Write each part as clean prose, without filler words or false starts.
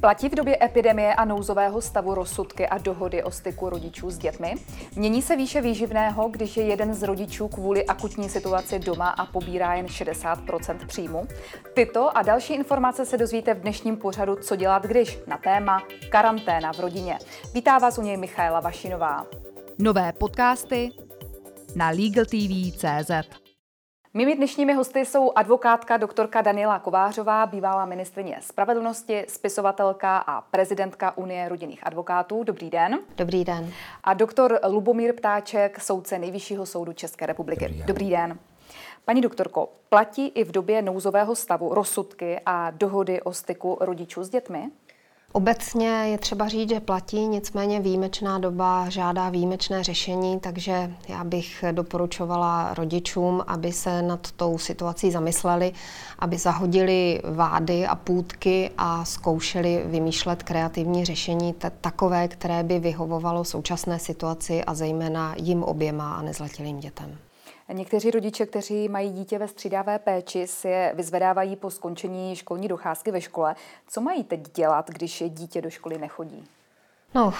Platí v době epidemie a nouzového stavu rozsudky a dohody o styku rodičů s dětmi? Mění se výše výživného, když je jeden z rodičů kvůli akutní situaci doma a pobírá jen 60% příjmu? Tyto a další informace se dozvíte v dnešním pořadu Co dělat když na téma karanténa v rodině. Vítá vás u něj Michaela Vašinová. Nové podcasty na LegalTV.cz. Mými dnešními hosty jsou advokátka doktorka Daniela Kovářová, bývalá ministryně spravedlnosti, spisovatelka a prezidentka Unie rodinných advokátů. Dobrý den. Dobrý den. A doktor Lubomír Ptáček, soudce Nejvyššího soudu České republiky. Dobrý den. Paní doktorko, platí i v době nouzového stavu rozsudky a dohody o styku rodičů s dětmi? Obecně je třeba říct, že platí, nicméně výjimečná doba žádá výjimečné řešení, takže já bych doporučovala rodičům, aby se nad tou situací zamysleli, aby zahodili vády a půtky a zkoušeli vymýšlet kreativní řešení, takové, které by vyhovovalo současné situaci a zejména jim oběma a nezletilým dětem. Někteří rodiče, kteří mají dítě ve střídavé péči, si je vyzvedávají po skončení školní docházky ve škole. Co mají teď dělat, když dítě do školy nechodí? No,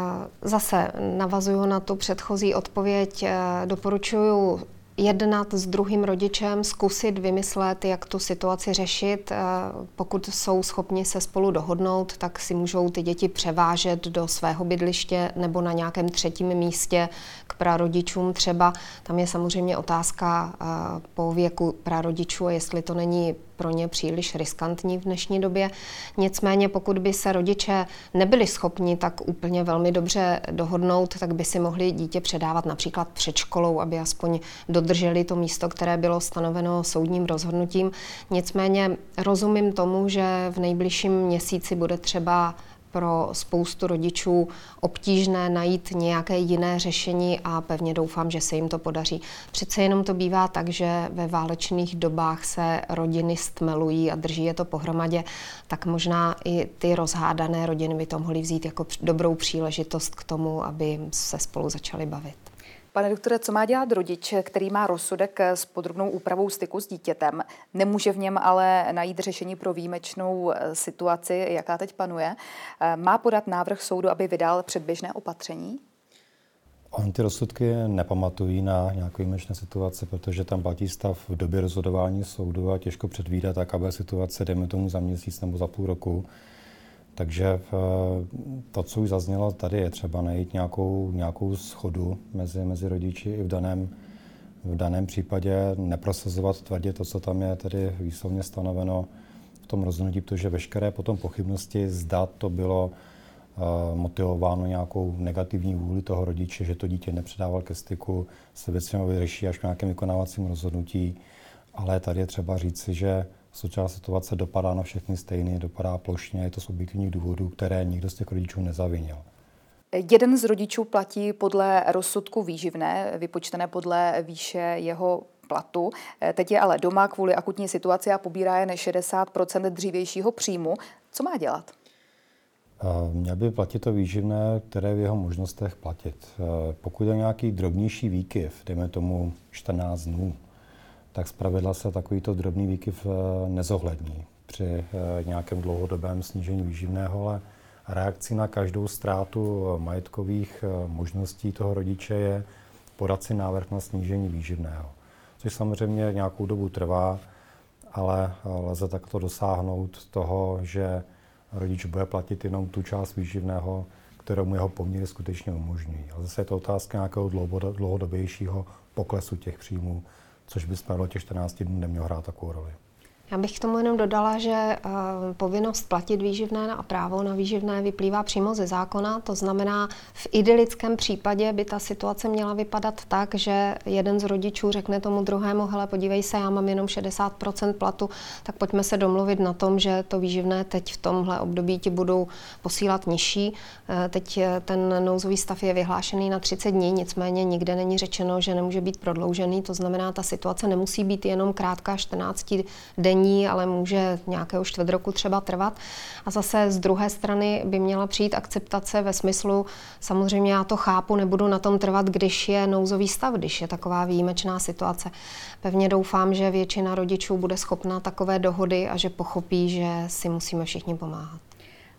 zase navazuju na tu předchozí odpověď. Doporučuju jednat s druhým rodičem, zkusit vymyslet, jak tu situaci řešit. Pokud jsou schopni se spolu dohodnout, tak si můžou ty děti převážet do svého bydliště nebo na nějakém třetím místě k prarodičům třeba. Tam je samozřejmě otázka po věku prarodičů a jestli to není pro ně příliš riskantní v dnešní době. Nicméně pokud by se rodiče nebyli schopni tak úplně velmi dobře dohodnout, tak by si mohli dítě předávat například před školou, aby aspoň dodrželi to místo, které bylo stanoveno soudním rozhodnutím. Nicméně rozumím tomu, že v nejbližším měsíci bude třeba pro spoustu rodičů obtížné najít nějaké jiné řešení a pevně doufám, že se jim to podaří. Přece jenom to bývá tak, že ve válečných dobách se rodiny stmelují a drží je to pohromadě, tak možná i ty rozhádané rodiny by to mohly vzít jako dobrou příležitost k tomu, aby se spolu začali bavit. Pane doktore, co má dělat rodič, který má rozsudek s podrobnou úpravou styku s dítětem? Nemůže v něm ale najít řešení pro výjimečnou situaci, jaká teď panuje. Má podat návrh soudu, aby vydal předběžné opatření? Oni ty rozsudky nepamatují na nějakou výjimečnou situaci, protože tam platí stav v době rozhodování soudu a těžko předvídat, jaká bude situace, dejme tomu za měsíc nebo za půl roku. Takže to, co už zaznělo tady, je třeba najít nějakou shodu mezi rodiči i v daném případě, neprosazovat tvrdě to, co tam je tedy výslovně stanoveno v tom rozhodnutí, protože veškeré potom pochybnosti, zda to bylo motivováno nějakou negativní vůli toho rodiče, že to dítě nepředával ke styku, se věcně vyřeší až v nějakém vykonávacím rozhodnutí, ale tady je třeba říci, že současná situace dopadá na všechny stejně, dopadá plošně, je to z objektivních důvodů, které nikdo z těch rodičů nezavinil. Jeden z rodičů platí podle rozsudku výživné, vypočtené podle výše jeho platu. Teď je ale doma kvůli akutní situaci a pobírá jen 60% dřívějšího příjmu. Co má dělat? Měl by platit to výživné, které v jeho možnostech platit. Pokud je nějaký drobnější výkyv, dejme tomu 14 dnů, tak zpravidla se takovýto drobný výkyv nezohlední při nějakém dlouhodobém snížení výživného, ale reakcí na každou ztrátu majetkových možností toho rodiče je podat si návrh na snížení výživného. Což samozřejmě nějakou dobu trvá, ale lze takto dosáhnout toho, že rodič bude platit jenom tu část výživného, kterou mu jeho poměry skutečně umožňují. Ale zase je to otázka nějakého dlouhodobějšího poklesu těch příjmů, což by zpravilo těch 14 dnů nemělo hrát takovou roli. Já bych k tomu jenom dodala, že povinnost platit výživné a právo na výživné vyplývá přímo ze zákona. To znamená, v idylickém případě by ta situace měla vypadat tak, že jeden z rodičů řekne tomu druhému, hele, podívej se, já mám jenom 60% platu, tak pojďme se domluvit na tom, že to výživné teď v tomhle období ti budou posílat nižší. Teď ten nouzový stav je vyhlášený na 30 dní, nicméně nikde není řečeno, že nemůže být prodloužený. To znamená, ta situace nemusí být jenom krátká 14 denní, ale může nějakého čtvrt roku třeba trvat. A zase z druhé strany by měla přijít akceptace ve smyslu, samozřejmě já to chápu, nebudu na tom trvat, když je nouzový stav, když je taková výjimečná situace. Pevně doufám, že většina rodičů bude schopná takové dohody a že pochopí, že si musíme všichni pomáhat.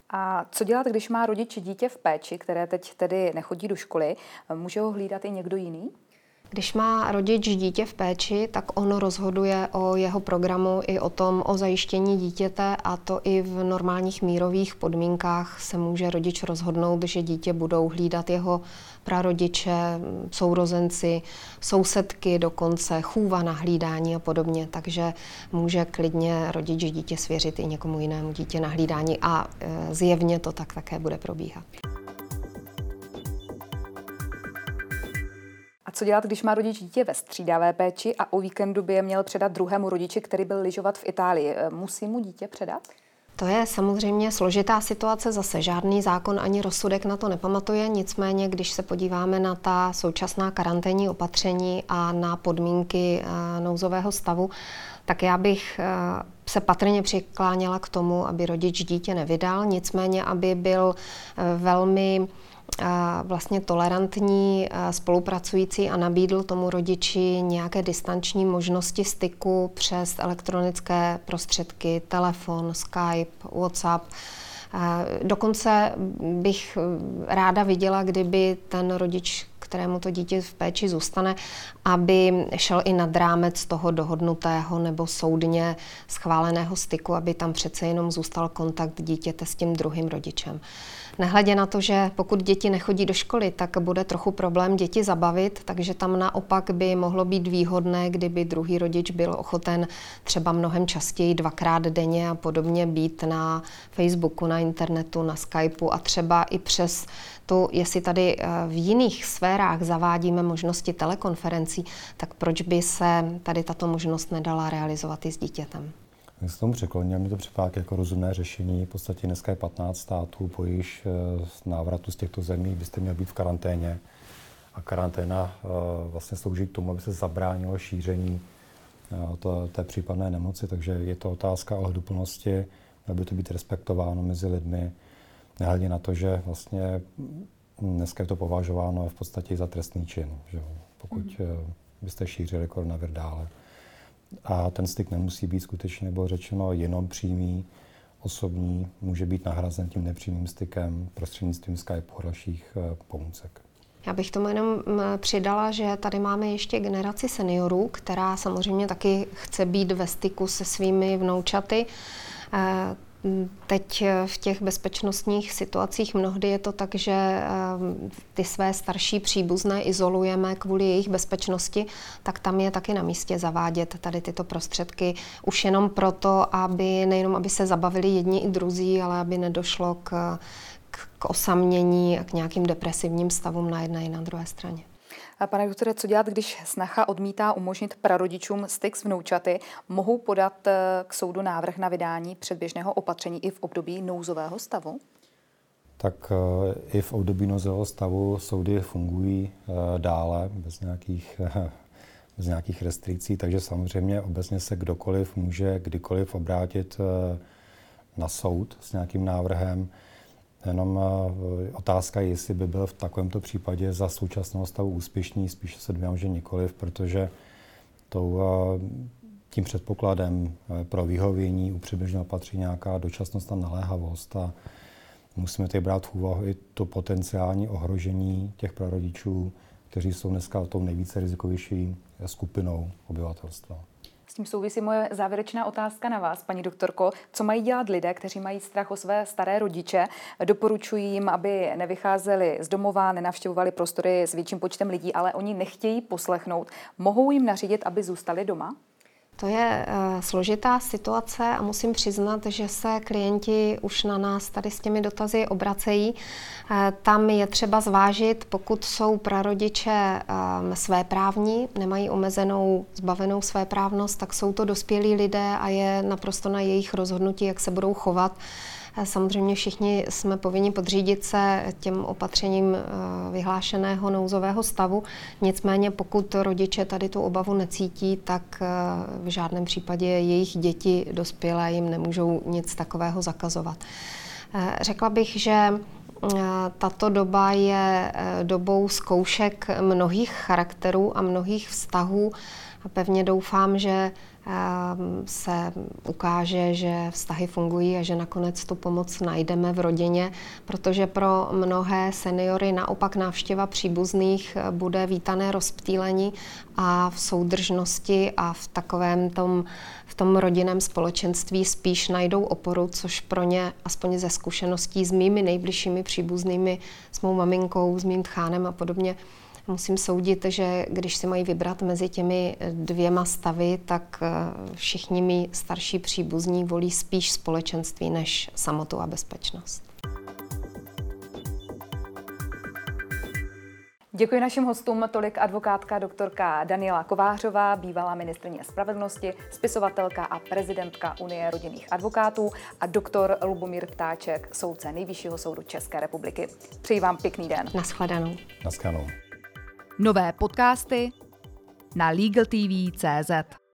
A co dělat, když má rodič dítě v péči, které teď tedy nechodí do školy? Může ho hlídat i někdo jiný? Když má rodič dítě v péči, tak on rozhoduje o jeho programu i o zajištění dítěte, a to i v normálních mírových podmínkách se může rodič rozhodnout, že dítě budou hlídat jeho prarodiče, sourozenci, sousedky, dokonce chůva na hlídání a podobně. Takže může klidně rodič dítě svěřit i někomu jinému dítě na hlídání a zjevně to tak také bude probíhat. A co dělat, když má rodič dítě ve střídavé péči a o víkendu by je měl předat druhému rodiči, který byl lyžovat v Itálii? Musí mu dítě předat? To je samozřejmě složitá situace, zase žádný zákon ani rozsudek na to nepamatuje, nicméně když se podíváme na ta současná karanténní opatření a na podmínky nouzového stavu, tak já bych se patrně přikláněla k tomu, aby rodič dítě nevydal, nicméně aby byl velmi vlastně tolerantní, spolupracující a nabídl tomu rodiči nějaké distanční možnosti styku přes elektronické prostředky, telefon, Skype, WhatsApp. Dokonce bych ráda viděla, kdyby ten rodič, kterému to dítě v péči zůstane, aby šel i nad rámec toho dohodnutého nebo soudně schváleného styku, aby tam přece jenom zůstal kontakt dítěte s tím druhým rodičem. Nehledě na to, že pokud děti nechodí do školy, tak bude trochu problém děti zabavit, takže tam naopak by mohlo být výhodné, kdyby druhý rodič byl ochoten třeba mnohem častěji 2krát denně a podobně být na Facebooku, na internetu, na Skypeu a třeba i přes to, jestli tady v jiných sférách zavádíme možnosti telekonferencí, tak proč by se tady tato možnost nedala realizovat i s dítětem? Já se tomu překlonil, mě to připadá jako rozumné řešení. V podstatě dneska je 15 států, po již návratu z těchto zemí byste měl být v karanténě. A karanténa vlastně slouží k tomu, aby se zabránilo šíření té případné nemoci. Takže je to otázka ohleduplnosti, aby to být respektováno mezi lidmi. Nehledě na to, že vlastně dneska je to považováno v podstatě za trestný čin, že pokud byste šířili koronavir dále. A ten styk nemusí být skutečně, bylo řečeno, jenom přímý, osobní, může být nahrazen tím nepřímým stykem prostřednictvím Skypeu a dalších pomůcek. Já bych tomu jenom přidala, že tady máme ještě generaci seniorů, která samozřejmě taky chce být ve styku se svými vnoučaty. Teď v těch bezpečnostních situacích mnohdy je to tak, že ty své starší příbuzné izolujeme kvůli jejich bezpečnosti, tak tam je taky na místě zavádět tady tyto prostředky už jenom proto, nejenom aby se zabavili jedni i druzí, ale aby nedošlo k osamění a k nějakým depresivním stavům na jedné i na druhé straně. A pane doktore, co dělat, když snacha odmítá umožnit prarodičům styk s vnoučaty? Mohou podat k soudu návrh na vydání předběžného opatření i v období nouzového stavu? Tak i v období nouzového stavu soudy fungují dále bez nějakých restrikcí, takže samozřejmě obecně se kdokoliv může kdykoliv obrátit na soud s nějakým návrhem. Jenom otázka je, jestli by byl v takovémto případě za současného stavu úspěšný, spíše se domnívám, že nikoliv, protože tím předpokladem pro vyhovění u předběžného patří nějaká dočasnost a naléhavost a musíme tady brát v úvahu i to potenciální ohrožení těch prarodičů, kteří jsou dneska tou nejvíce rizikovější skupinou obyvatelstva. S tím souvisí moje závěrečná otázka na vás, paní doktorko. Co mají dělat lidé, kteří mají strach o své staré rodiče? Doporučují jim, aby nevycházeli z domova, nenavštěvovali prostory s větším počtem lidí, ale oni nechtějí poslechnout. Mohou jim nařídit, aby zůstali doma? To je složitá situace a musím přiznat, že se klienti už na nás tady s těmi dotazy obracejí. Tam je třeba zvážit, pokud jsou prarodiče svéprávní, nemají omezenou, zbavenou svéprávnost, tak jsou to dospělí lidé a je naprosto na jejich rozhodnutí, jak se budou chovat. Samozřejmě všichni jsme povinni podřídit se těm opatřením vyhlášeného nouzového stavu. Nicméně pokud rodiče tady tu obavu necítí, tak v žádném případě jejich děti dospělé jim nemůžou nic takového zakazovat. Řekla bych, že tato doba je dobou zkoušek mnohých charakterů a mnohých vztahů. Pevně doufám, že se ukáže, že vztahy fungují a že nakonec tu pomoc najdeme v rodině, protože pro mnohé seniory naopak návštěva příbuzných bude vítané rozptýlení a v soudržnosti a v takovém v tom rodinném společenství spíš najdou oporu, což pro ně, aspoň ze zkušeností s mými nejbližšími příbuznými, s mou maminkou, s mým tchánem a podobně, musím soudit, že když si mají vybrat mezi těmi dvěma stavy, tak všichni mí starší příbuzní volí spíš společenství než samotu a bezpečnost. Děkuji našim hostům, tolik advokátka doktorka Daniela Kovářová, bývalá ministryně spravedlnosti, spisovatelka a prezidentka Unie rodinných advokátů a doktor Lubomír Ptáček, soudce Nejvyššího soudu České republiky. Přeji vám pěkný den. Naschledanou. Naschledanou. Nové podcasty na LegalTV.cz